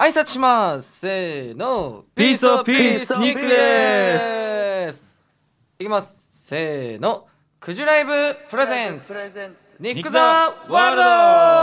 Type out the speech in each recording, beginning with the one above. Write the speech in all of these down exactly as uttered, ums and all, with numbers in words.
挨拶します。せーの、 ピースオブピースニックです。 いきます。せーの、クジライブプレゼンツニックザワールド。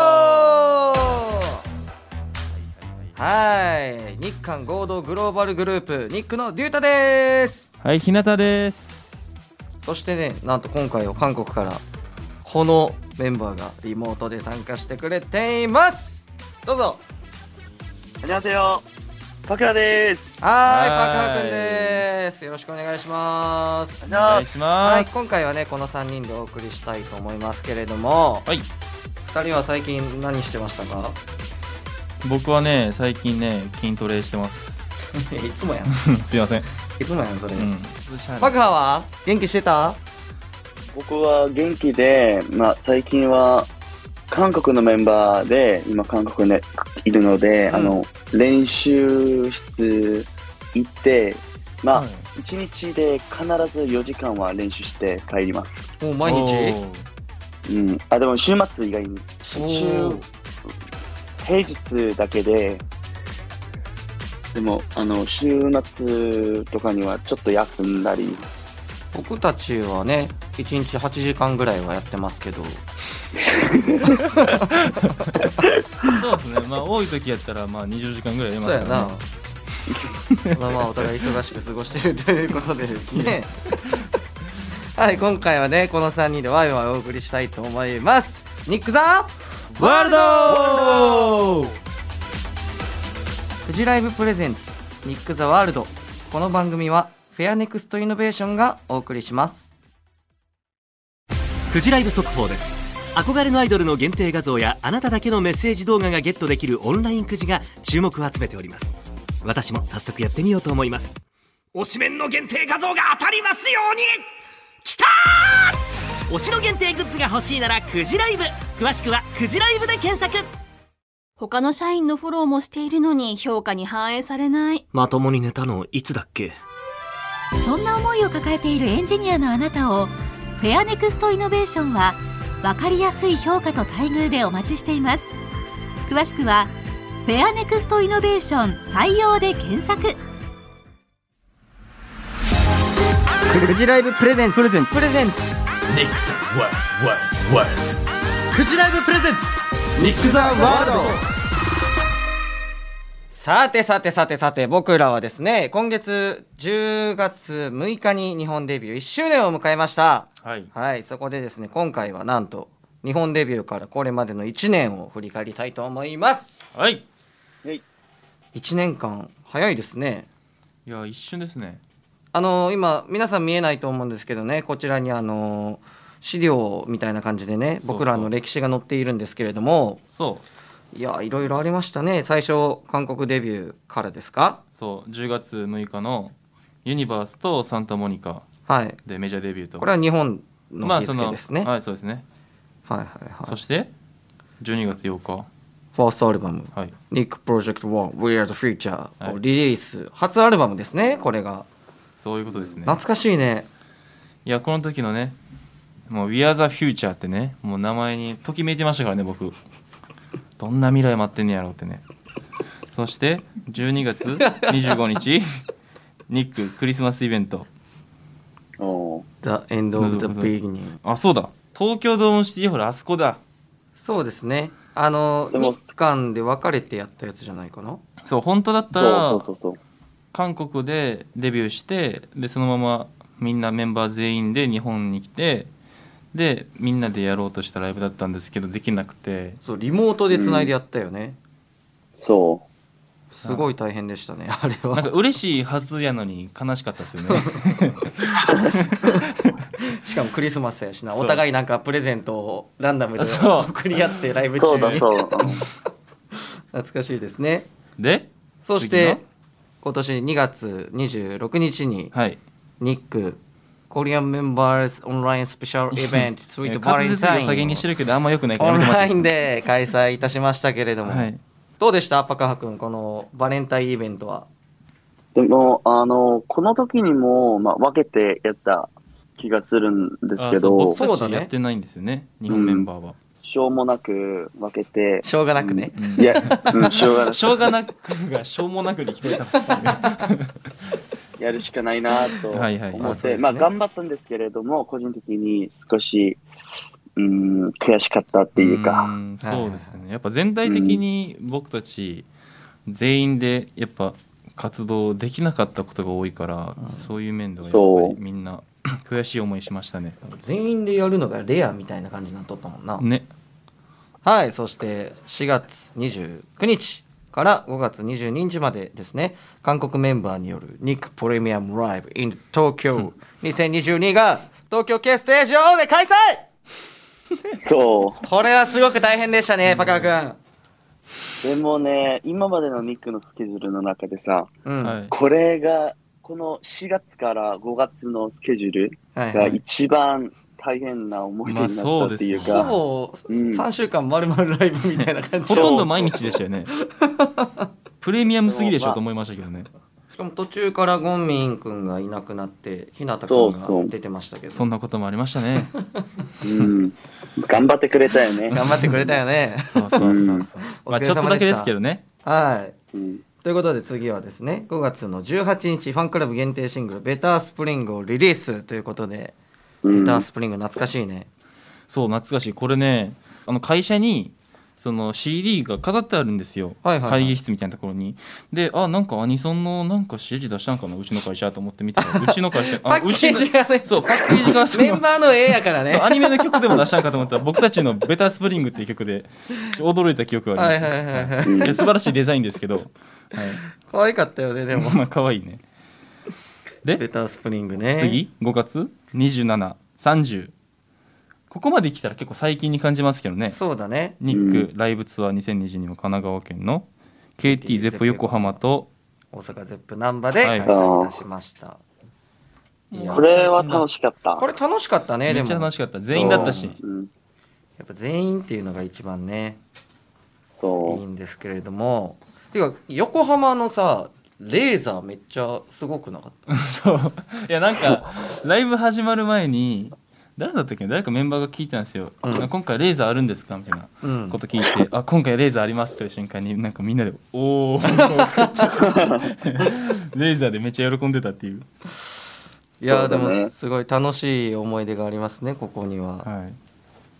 はい、日韓合同グローバルグループニックのデュータです。 はい、日向です。 そしてね、なんと今回は韓国からこのメンバーがリモートで参加してくれています。どうぞ。 안녕하세요、パクハです。 はい、パクハくんです。よろしくお願いします。 お願いします。 はい、今回はねこのさんにんでお送りしたいと思いますけれども、はい、ふたりは最近何してましたか？ 僕はね最近ね筋トレしてますいつもやんすいません、 いつもやんそれ、うん、 パクハは元気してた？ 僕は元気で、まあ、最近は韓国のメンバーで今韓国にいるので、うん、あの練習室行ってまあ、うん、いちにちで必ずよじかんは練習して帰ります。 もう毎日？ うん、あでも週末以外に週平日だけで、でもあの週末とかにはちょっと休んだり。 僕たちはねいちにちはちじかんぐらいはやってますけどそうですね、まあ多い時やったらまあにじゅうじかんぐらいやりますからね。 そうやなまあまあお互い忙しく過ごしているということでですねはい、今回はねこのさんにんでワイワイお送りしたいと思います。ニックザワールドフジライブプレゼンツニックザワールド。この番組はフェアネクストイノベーションがお送りします。 フジライブ速報です。憧れのアイドルの限定画像やあなただけのメッセージ動画がゲットできるオンラインくじが注目を集めております。私も早速やってみようと思います。推しメンの限定画像が当たりますように。きたー！推しの限定グッズが欲しいならクジライブ。詳しくはクジライブで検索。 他の社員のフォローもしているのに評価に反映されない。 まともに寝たのいつだっけ？ そんな思いを抱えているエンジニアのあなたをフェアネクストイノベーションは分かりやすい評価と待遇でお待ちしています。詳しくはフェアネクストイノベーション採用で検索。 クジライブプレゼンツプレゼンツプレゼンツニックザワールドワールドワールドクジライブプレゼンツニックザワールド。さてさてさてさて僕らはですね今月じゅうがつむいかに日本デビューいっしゅうねんを迎えました。はい、はい、そこでですね今回はなんと日本デビューからこれまでのいちねんを振り返りたいと思います。 はい、 いちねんかん早いですね。 いや一瞬ですね。 あのー、今皆さん見えないと思うんですけどねこちらにあのー、資料みたいな感じでね僕らの歴史が載っているんですけれども、 そういやいろいろありましたね。最初韓国デビューからですか？ そうじゅうがつむいかのユニバースとサンタモニカでメジャーデビューと、はい、 これは日本の日付ですね、 まあ、はいそうですね、 はいはいはい、 そしてじゅうにがつようかファーストアルバム、はい、ニックプロジェクトワン We Are the Future をリリース、はい、初アルバムですね。これがそういうことですね。 懐かしいね。 いやこの時のねもう We Are the Future ってねもう名前にときめいてましたからね僕。どんな未来待ってんねやろうってね。そしてじゅうにがつにじゅうごにちニッククリスマスイベント The End of the Beginning。 あそうだ東京ドームシティホールあそこだ。 そうですねあの日韓で分かれてやったやつじゃないかな。 そう本当だったらそうそうそうそう韓国でデビューしてでそのままみんなメンバー全員で日本に来てでみんなでやろうとしたライブだったんですけどできなくてそうリモートでつないでやったよね、 うん、そうすごい大変でしたねあれは。 なんか嬉しいはずやのに悲しかったですよねしかもクリスマスやしなお互いなんかプレゼントをランダムで送り合ってライブ中にそうだそう懐かしいですね。 でそして今年にがつにじゅうろくにちに、はい、ニックコリアンメンバーズオンラインスペシャルイベントスイートバレンタイン下げにしてるけどあんま良くないからオンラインで開催いたしましたけれども、はい、どうでしたパカハ君このバレンタインイベントは。 でもあのこの時にも、まあ、分けてやった気がするんですけど僕たちやってないんですよね、うん、日本メンバーは。 しょうもなく分けて、 しょうがなくね、 うん、いや、うん、しょうがなくしょうがなくがしょうもなくに聞こえたんですねやるしかないなと思って、 はいはい、 まあ、ね、まあ頑張ったんですけれども、個人的に少しうん悔しかったっていうか、 うん、そうですね。やっぱ全体的に僕たち全員でやっぱ活動できなかったことが多いから、うん、そういう面ではやっぱりみんな悔しい思いしましたね。 全員でやるのがレアみたいな感じになっとったもんな。 ね。 はい、そしてしがつにじゅうくにちからごがつにじゅうににちまでですね、韓国メンバーによるニックプレミアムライブ in 東京にせんにじゅうにが東京 K ステージ上で開催そう。 これはすごく大変でしたね、パカ君。 でもね、今までのニックのスケジュールの中でさ、 うん、 これがこのしがつからごがつのスケジュールが一番大変な思い出になったっていうか、まあ、 ほぼさんしゅうかん丸々ライブみたいな感じ、 ほとんど毎日でしたよねプレミアムすぎでしょと思いましたけどね。 しかも途中からゴンミン君がいなくなって日向君が出てましたけど、 そんなこともありましたねうん、頑張ってくれたよね頑張ってくれたよねそうそうそうそう、うん、まあちょっとだけですけどね。 はい、うん、ということで次はですね、ごがつのじゅうはちにちファンクラブ限定シングルベタースプリングをリリースということで、うん、ベタースプリング懐かしいね。 そう懐かしい。これね、あの会社にその シーディー が飾ってあるんですよ、はいはいはい、会議室みたいなところに。で、あ、なんかアニソンのなんか シーディー 出したんかなうちの会社と思って見てたらうちの会社パッケージがね、 そうパッケージがメンバーの絵やからねアニメの曲でも出したんかと思ったら僕たちのベタースプリングっていう曲で驚いた記憶があります、はいはいはいはい、いや素晴らしいデザインですけど、はい、 可愛かったよね。でもまあ可愛いね。でベタースプリングね、 次ごがつにじゅうしち、さんじゅう、ここまで来たら結構最近に感じますけどね。 そうだね。 ニックライブツアーにせんにじゅうにも神奈川県の ケーティー ゼップ横浜と大阪ゼップ難波で開催いたしました、はい、 いやこれは楽しかった。 これ楽しかったね。 めっちゃ楽しかった。全員だったし、 うん、やっぱ全員っていうのが一番ねそういいんですけれども、てか横浜のさレーザーめっちゃすごくなかったそういやなんかライブ始まる前に誰だったっけ、誰かメンバーが聞いてたんですよ、うん、今回レーザーあるんですかみたいなこと聞いて、うん、あ今回レーザーありますっていう瞬間になんかみんなでおおレーザーでめっちゃ喜んでたっていう。 いや、ね、でもすごい楽しい思い出がありますねここには、 はい、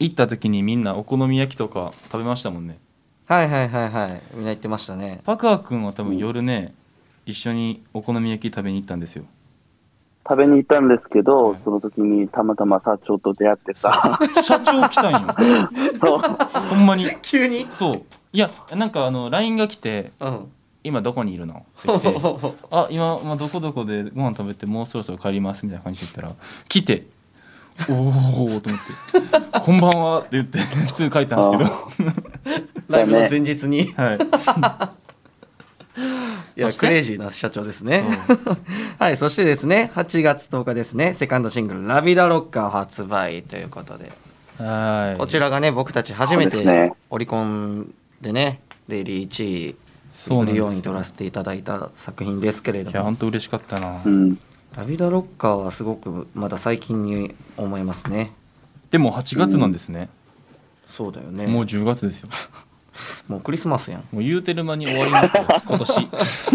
行った時にみんなお好み焼きとか食べましたもんね。 はいはいはいはい、みんな言ってましたね。 パクア君は多分夜ね、うん、一緒にお好み焼き食べに行ったんですよ。 食べに行ったんですけど、はい、その時にたまたま社長と出会ってさ社長来たんよほんまに急に。 そういやなんかあの ライン が来て、うん、今どこにいるのって言ってあ今、まあ、どこどこでご飯食べてもうそろそろ帰りますみたいな感じで言ったら来ておおと思ってこんばんはって言ってすぐ帰ったんですけどライブの前日にはいいやクレイジーな社長ですね、うん、はい。そしてですねはちがつとおかですねセカンドシングルラビダロッカー発売ということで、はいこちらがね僕たち初めてオリコンでねデイリーいちい売るように取らせていただいた作品ですけれども、 いや本当嬉しかったな、 うん、 ラビダロッカーはすごくまだ最近に思いますね。 でもはちがつなんですね、 うん、そうだよね。 もうじゅうがつですよもうクリスマスやん。 もう言うてる間に終わりますよ今年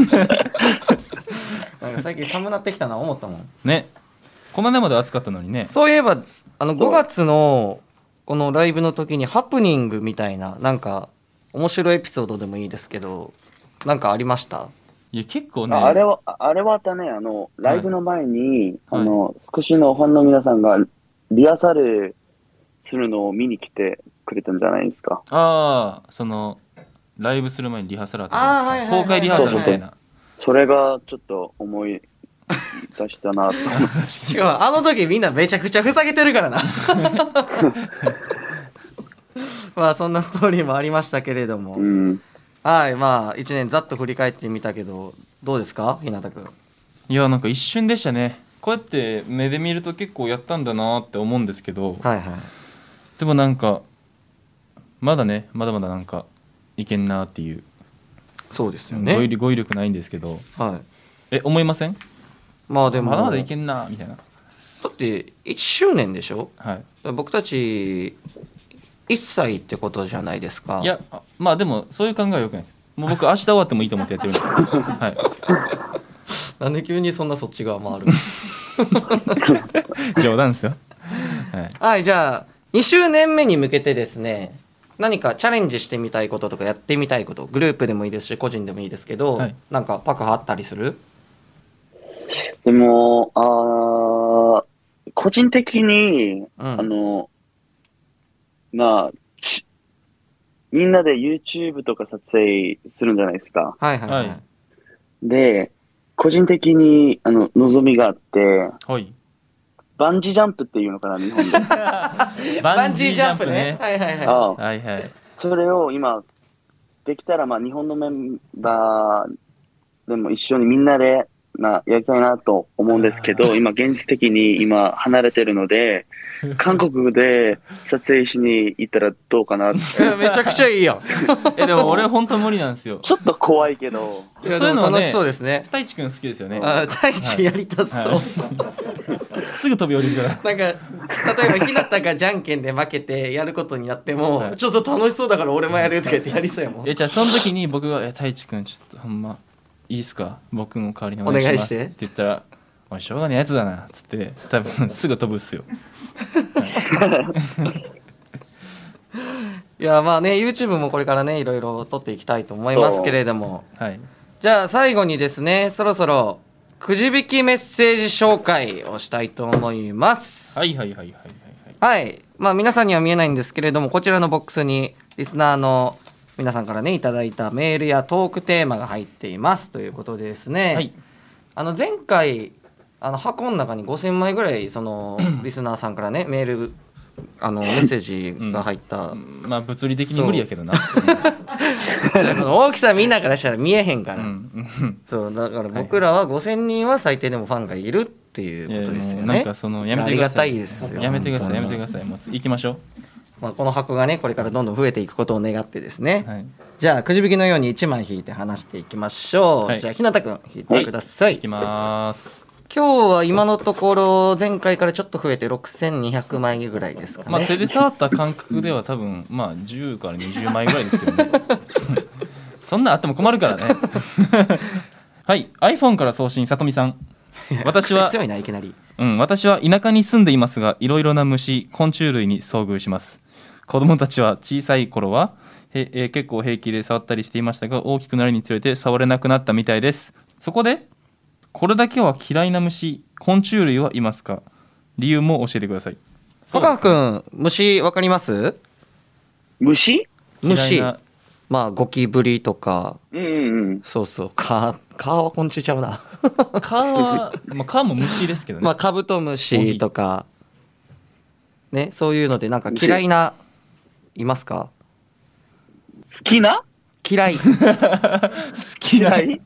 なんか最近寒なってきたな思ったもんね。この間まで暑かったのにね。 そういえばあのごがつのこのライブの時にハプニングみたいななんか面白いエピソードでもいいですけどなんかありました？ いや結構ねあ, あれはあれはあったね。あのライブの前に、はい、あの少しのファンの皆さんがリハーサルするのを見に来てくれたんじゃないですか。 ああそのライブする前にリハーサルあった、はいはいはい、公開リハーサルみたいな。 それがちょっと思い出したなとしかもあの時みんなめちゃくちゃふざけてるからなまあそんなストーリーもありましたけれども、うん、はいまあいちねんざっと振り返ってみたけどどうですか日向くん。 いやなんか一瞬でしたね。こうやって目で見ると結構やったんだなって思うんですけど、 はいはい、 でもなんかまだねまだまだなんかいけんなっていう。 そうですよね。 語彙力、語彙力ないんですけど、 はい、 え思いません？ まあでもまだまだいけんなみたいな。 だっていっしゅうねんでしょ、 はい、 僕たちいっさいってことじゃないですか。 いやまあでもそういう考えはよくないです。もう僕明日終わってもいいと思ってやってるんですはい。 なんで急にそんなそっち側回る冗談ですよ。 はい、はい、じゃあにしゅうねんめに向けてですね、何かチャレンジしてみたいこととかやってみたいこと、グループでもいいですし個人でもいいですけど、はい、なんかパクあったりする？ でもあ個人的に、うん、あのまあみんなで YouTube とか撮影するんじゃないですか。 はいはいはい。 で個人的にあの望みがあって、はい、バンジージャンプっていうのかな日本で。 バンジージャンプね。はいはいはい。ああはいはい。 それを今できたらまあ日本のメンバーでも一緒にみんなでまあやりたいなと思うんですけど、今現実的に今離れてるので韓国で撮影しに行ったらどうかなって。 めちゃくちゃいいよ。 えでも俺本当無理なんですよ。 ちょっと怖いけど。 いやそういうの楽しそうですね。 太一くん好きですよね。 あ太一やりたそう。はいすぐ飛び降りるから。 なんか例えばひなたがじゃんけんで負けてやることになっても、はい、ちょっと楽しそうだから俺もやるとか言ってやりそうやもん。 えじゃあその時に僕が「え太一くんちょっとほんまいいっすか僕の代わりにお願いします」って言ったら「おいしょうがねえやつだな」っつって多分すぐ飛ぶっすよ。はい、 いやまあね YouTube もこれからねいろいろ撮っていきたいと思いますけれども、はい、じゃあ最後にですねそろそろくじ引きメッセージ紹介をしたいと思います。 はいはいはいはいはいはい。まあ皆さんには見えないんですけれどもこちらのボックスにリスナーの皆さんからねいただいたメールやトークテーマが入っていますということでですね、はい、あの前回あの箱の中にごせんまいぐらいそのリスナーさんからねメールあのメッセージが入った、 うん、まあ物理的に無理やけどな大きさみんなからしたら見えへんから、うん、そうだから僕らはごせんにんは最低でもファンがいるっていうことですよね。 なんかそのやめてください。ありがたいですよ。 やめてくださいやめてください。もう行きましょう。 まあ、この箱がねこれからどんどん増えていくことを願ってですね、はい、じゃあくじ引きのようにいちまい引いて話していきましょう、はい、じゃあひなたくん引いてください、はい、 引きます。 今日は今のところ前回からちょっと増えてろくせんにひゃくまいぐらいですかね。 まあ、手で触った感覚では多分まあじゅうからにじゅうまいぐらいですけどねそんなあっても困るからねはい iPhone から送信さとみさん私は強いないきなり、 うん、私は田舎に住んでいますがいろいろな虫昆虫類に遭遇します。子供たちは小さい頃はへ、えー、結構平気で触ったりしていましたが大きくなるにつれて触れなくなったみたいです。そこでこれだけは嫌いな虫昆虫類はいますか？理由も教えてください。 佐川くん虫わかります？ 虫？ 虫まあゴキブリとか、 うんうん、 そうそう蚊蚊は昆虫ちゃうな蚊は、まあ、蚊も虫ですけどね。 まあカブトムシとかねそういうのでなんか嫌いないますか？ 好きな？ 嫌い好き嫌い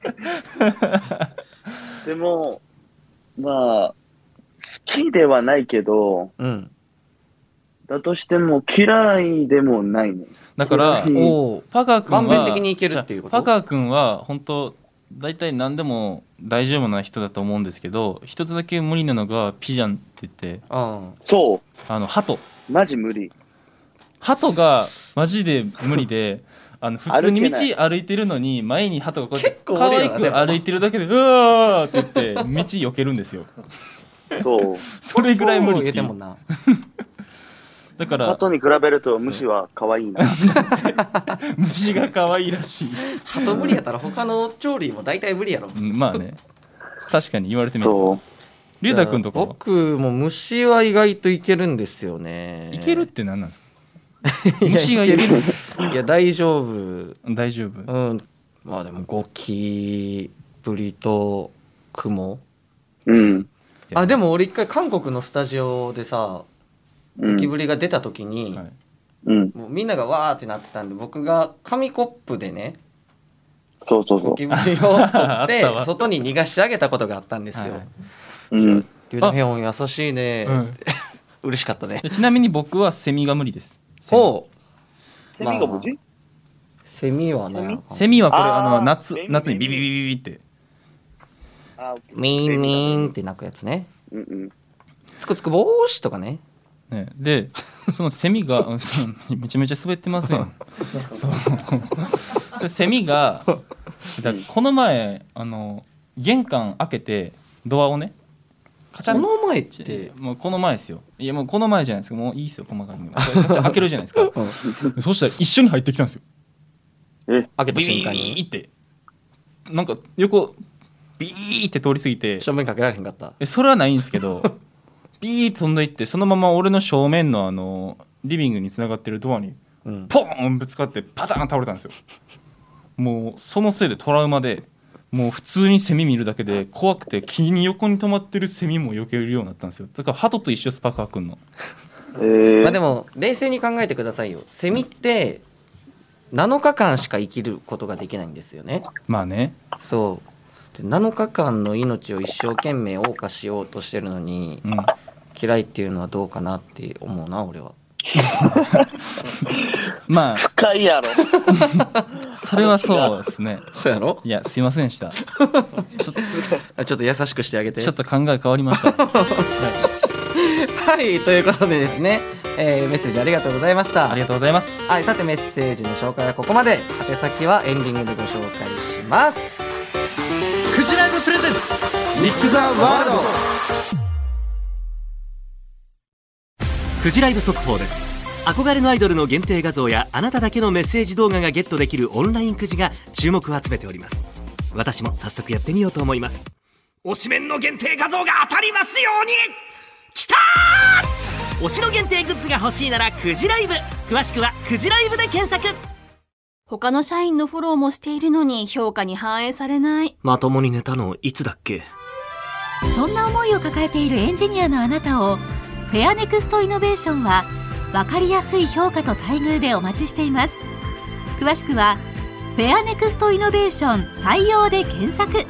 でもまあ好きではないけど、うん、だとしても嫌いでもないね。 だからおパカ君は万遍的にいけるっていうこと。 パカ君は本当大体何でも大丈夫な人だと思うんですけど一つだけ無理なのがピジャンって言ってあそうあの鳩マジ無理。 鳩がマジで無理であの普通に道歩いてるのに前に鳩がこうやって可愛く歩いてるだけでうわーって言って道避けるんですよ。 そうそれぐらい無理っていうだから鳩に比べると虫は可愛いな虫が可愛いらしい。 鳩無理やったら他の鳥類も大体無理やろ、 うん、まあね確かに言われてみると龍太君とかは僕も虫は意外といけるんですよね。 いけるって何なんですか？ 虫がいけるいや大丈夫大丈夫、 うん、まあでもゴキブリとクモ、 うん、 あでも俺一回韓国のスタジオでさゴキブリが出た時に、うんはい、もうみんながわーってなってたんで僕が紙コップでねそうそうそうゴキブリを取って外に逃がしてあげたことがあったんですよ、はいうん、 リュウダヘヨン優しいね、うん、嬉しかったね。 ちなみに僕はセミが無理です。 ほうセミが無理、まあ、 セミはねセミはこれあの夏夏にビビビビビってミーンミーンって鳴くやつね、 うんうん、 つくつく帽子とかねね、でそのセミがめちゃめちゃ滑ってますやんそうそれセミがだこの前あの玄関開けてドアをねカチャこの前ってもうこの前ですよ。いやもうこの前じゃないですか。もういいですよ細かにカチャ開けるじゃないですか、うん、そしたら一緒に入ってきたんですよ。 え開けた瞬間にビーってなんか横ビーって通り過ぎて正面かけられへんかった。 えそれはないんですけどビーって飛んでいってそのまま俺の正面のあのリビングにつながってるドアにポーンぶつかってパターン倒れたんですよ。もうそのせいでトラウマでもう普通にセミ見るだけで怖くて木に横に止まってるセミも避けるようになったんですよ。だから鳩と一緒スパカーくんの、 えーまあ、でも冷静に考えてくださいよ。セミってなのかかんしか生きることができないんですよね。 まあねそうでなのかかんの命を一生懸命謳歌しようとしてるのに、うん、嫌いっていうのはどうかなって思うな俺はまあ深いやろそれはそうですね。 そうやろ。 いやすいませんでしたちょっとちょっと優しくしてあげて。 ちょっと考え変わりましたはい、 はい、ということでですね、えー、メッセージありがとうございました。 ありがとうございます。 はい、さてメッセージの紹介はここまで。宛先はエンディングでご紹介します。 クジライブプレゼンツニック・ザ・ワールドクジライブ速報です。憧れのアイドルの限定画像やあなただけのメッセージ動画がゲットできるオンラインくじが注目を集めております。私も早速やってみようと思います。推しメンの限定画像が当たりますように。きたー！推しの限定グッズが欲しいならクジライブ。詳しくはクジライブで検索。 他の社員のフォローもしているのに評価に反映されない。 まともに寝たのいつだっけ。 そんな思いを抱えているエンジニアのあなたをフェアネクストイノベーションは分かりやすい評価と待遇でお待ちしています。詳しくはフェアネクストイノベーション採用で検索。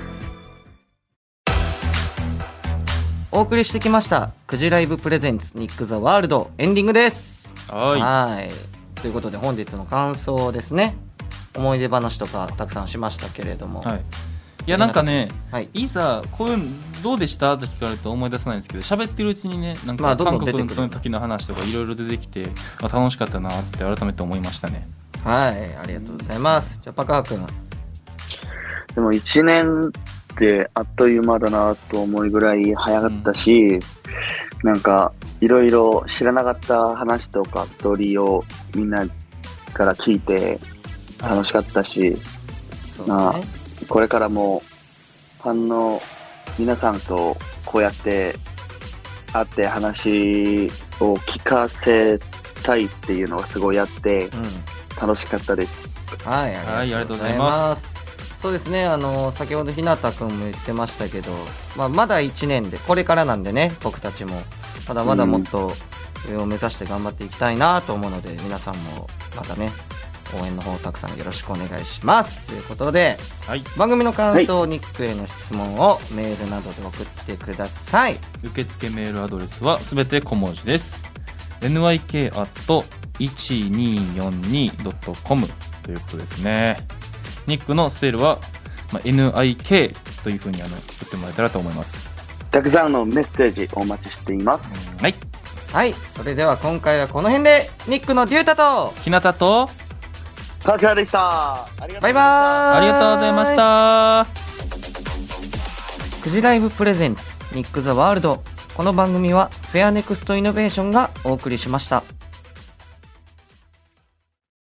お送りしてきましたクジライブプレゼンツニック・ザ・ワールドエンディングです。 はいはいということで本日の感想ですね。思い出話とかたくさんしましたけれども、はい、 いやなんかね、 はい、 いざこういうどうでしたって聞かれると思い出さないんですけど喋ってるうちにねなんか韓国の時の話とかいろいろ出てきて、まあ、楽しかったなって改めて思いましたね。 はいありがとうございます。じゃあパカー君。 でもいちねんってあっという間だなと思うぐらい早かったし、うん、なんかいろいろ知らなかった話とかストーリーをみんなから聞いて楽しかったし、まあ、これからもファンの皆さんとこうやって会って話を聞かせたいっていうのをすごいあって楽しかったです、 うん、はい、ありがとうございます。そうですね、あの先ほど日向君も言ってましたけど、まあ、まだいちねんでこれからなんでね僕たちもまだまだもっと上を目指して頑張っていきたいなと思うので、うん、皆さんもまたね応援の方たくさんよろしくお願いしますということで、はい、番組の感想、はい、ニックへの質問をメールなどで送ってください。 受付メールアドレスはすべて小文字です。 エヌワイケー アット いちにーよんにー ドット コム ということですね。ニックのスペルは、まあ、エヌアイケー というふうにあの言ってもらえたらと思います。 たくさんのメッセージお待ちしています。 はい、 はい、それでは今回はこの辺でニックのデュータと日向とカズヤでした。 バイバーイ。 ありがとうございました。 クジライブプレゼンツニック・ザ・ワールド。この番組はフェアネクストイノベーションがお送りしました。